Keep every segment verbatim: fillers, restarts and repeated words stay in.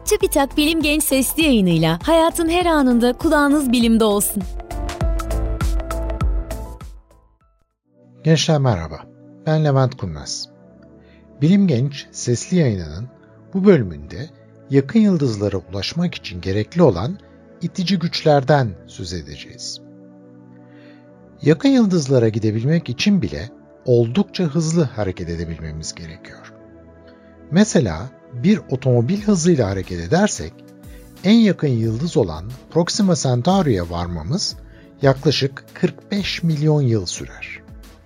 Çubitak Bilim Genç sesli yayınıyla hayatın her anında kulağınız bilimde olsun. Gençler merhaba, ben Levent Kurnaz. Bilim Genç sesli yayınının bu bölümünde yakın yıldızlara ulaşmak için gerekli olan itici güçlerden söz edeceğiz. Yakın yıldızlara gidebilmek için bile oldukça hızlı hareket edebilmemiz gerekiyor. Mesela bir otomobil hızıyla hareket edersek, en yakın yıldız olan Proxima Centauri'ye varmamız yaklaşık kırk beş milyon yıl sürer.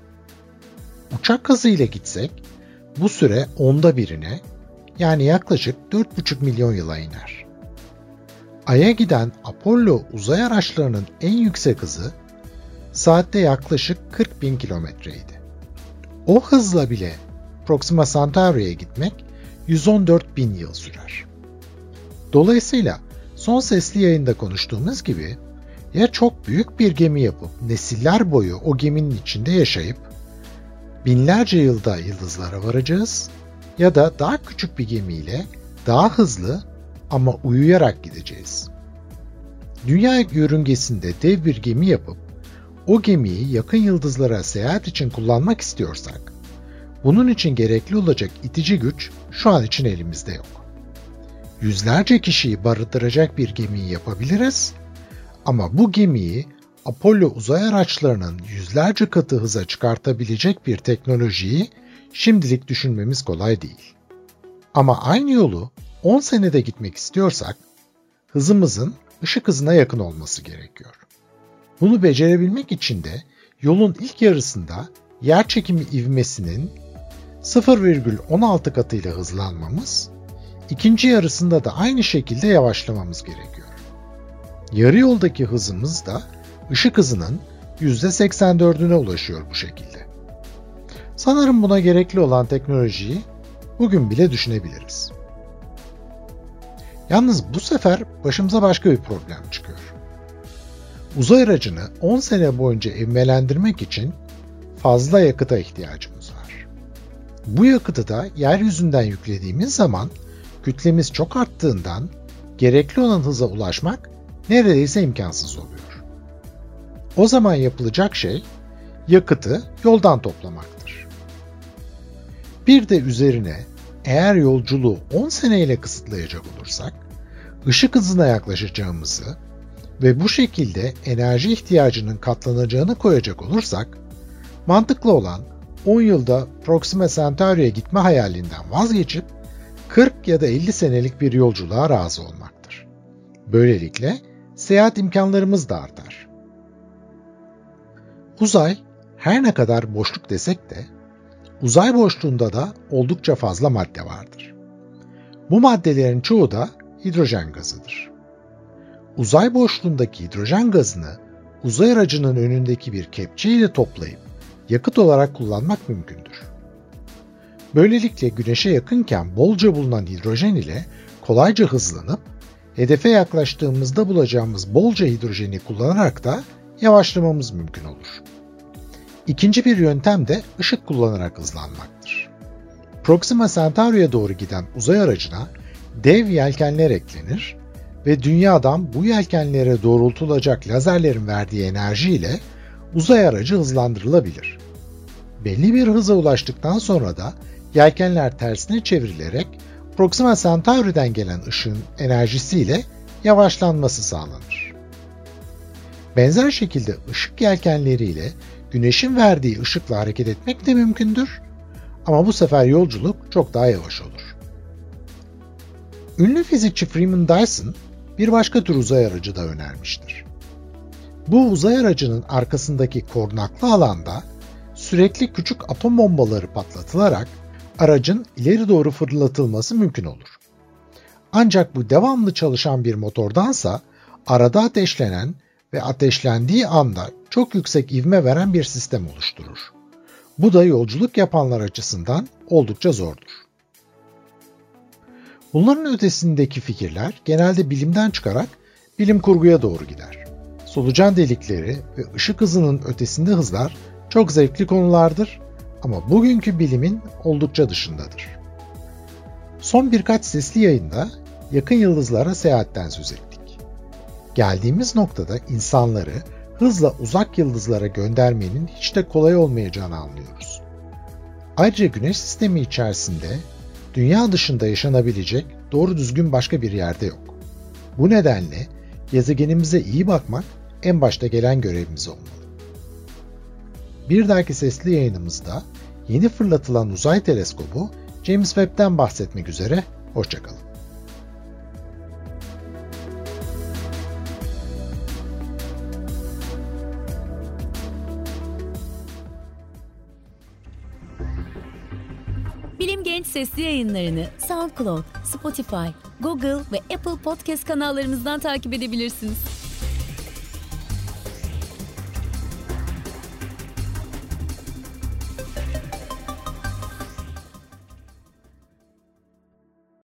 Uçak hızıyla gitsek, bu süre onda birine, yani yaklaşık dört buçuk milyon yıla iner. Ay'a giden Apollo uzay araçlarının en yüksek hızı, saatte yaklaşık kırk bin kilometreydi. O hızla bile Proxima Centauri'ye gitmek yüz on dört bin yıl sürer. Dolayısıyla son sesli yayında konuştuğumuz gibi ya çok büyük bir gemi yapıp nesiller boyu o geminin içinde yaşayıp binlerce yılda yıldızlara varacağız ya da daha küçük bir gemiyle daha hızlı ama uyuyarak gideceğiz. Dünya yörüngesinde dev bir gemi yapıp o gemiyi yakın yıldızlara seyahat için kullanmak istiyorsak, bunun için gerekli olacak itici güç şu an için elimizde yok. Yüzlerce kişiyi barındıracak bir gemiyi yapabiliriz ama bu gemiyi Apollo uzay araçlarının yüzlerce katı hıza çıkartabilecek bir teknolojiyi şimdilik düşünmemiz kolay değil. Ama aynı yolu on senede gitmek istiyorsak, hızımızın ışık hızına yakın olması gerekiyor. Bunu becerebilmek için de yolun ilk yarısında yerçekimi ivmesinin sıfır virgül on altı katıyla hızlanmamız, ikinci yarısında da aynı şekilde yavaşlamamız gerekiyor. Yarı yoldaki hızımız da ışık hızının yüzde seksen dördüne ulaşıyor bu şekilde. Sanırım buna gerekli olan teknolojiyi bugün bile düşünebiliriz. Yalnız bu sefer başımıza başka bir problem çıkıyor. Uzay aracını on sene boyunca ivmelendirmek için fazla yakıta ihtiyacımız var. Bu yakıtı da yeryüzünden yüklediğimiz zaman kütlemiz çok arttığından gerekli olan hıza ulaşmak neredeyse imkansız oluyor. O zaman yapılacak şey yakıtı yoldan toplamaktır. Bir de üzerine eğer yolculuğu on seneyle kısıtlayacak olursak, ışık hızına yaklaşacağımızı ve bu şekilde enerji ihtiyacının katlanacağını koyacak olursak, mantıklı olan on yılda Proxima Centauri'ye gitme hayalinden vazgeçip kırk ya da elli senelik bir yolculuğa razı olmaktır. Böylelikle seyahat imkanlarımız da artar. Uzay her ne kadar boşluk desek de, uzay boşluğunda da oldukça fazla madde vardır. Bu maddelerin çoğu da hidrojen gazıdır. Uzay boşluğundaki hidrojen gazını uzay aracının önündeki bir kepçe ile toplayıp yakıt olarak kullanmak mümkündür. Böylelikle Güneş'e yakınken bolca bulunan hidrojen ile kolayca hızlanıp hedefe yaklaştığımızda bulacağımız bolca hidrojeni kullanarak da yavaşlamamız mümkün olur. İkinci bir yöntem de ışık kullanarak hızlanmaktır. Proxima Centauri'ye doğru giden uzay aracına dev yelkenler eklenir ve Dünya'dan bu yelkenlere doğrultulacak lazerlerin verdiği enerji ile uzay aracı hızlandırılabilir. Belli bir hıza ulaştıktan sonra da yelkenler tersine çevrilerek Proxima Centauri'den gelen ışığın enerjisiyle yavaşlanması sağlanır. Benzer şekilde ışık yelkenleriyle Güneş'in verdiği ışıkla hareket etmek de mümkündür ama bu sefer yolculuk çok daha yavaş olur. Ünlü fizikçi Freeman Dyson bir başka tür uzay aracı da önermiştir. Bu uzay aracının arkasındaki korunaklı alanda sürekli küçük atom bombaları patlatılarak aracın ileri doğru fırlatılması mümkün olur. Ancak bu devamlı çalışan bir motordansa arada ateşlenen ve ateşlendiği anda çok yüksek ivme veren bir sistem oluşturur. Bu da yolculuk yapanlar açısından oldukça zordur. Bunların ötesindeki fikirler genelde bilimden çıkarak bilim kurguya doğru gider. Solucan delikleri ve ışık hızının ötesinde hızlar çok zevkli konulardır ama bugünkü bilimin oldukça dışındadır. Son birkaç sesli yayında yakın yıldızlara seyahatten söz ettik. Geldiğimiz noktada insanları hızla uzak yıldızlara göndermenin hiç de kolay olmayacağını anlıyoruz. Ayrıca Güneş sistemi içerisinde Dünya dışında yaşanabilecek doğru düzgün başka bir yerde yok. Bu nedenle gezegenimize iyi bakmak en başta gelen görevimiz olmalı. Bir dahaki sesli yayınımızda yeni fırlatılan uzay teleskobu James Webb'den bahsetmek üzere, hoşça kalın. Bilim Genç sesli yayınlarını SoundCloud, Spotify, Google ve Apple Podcast kanallarımızdan takip edebilirsiniz.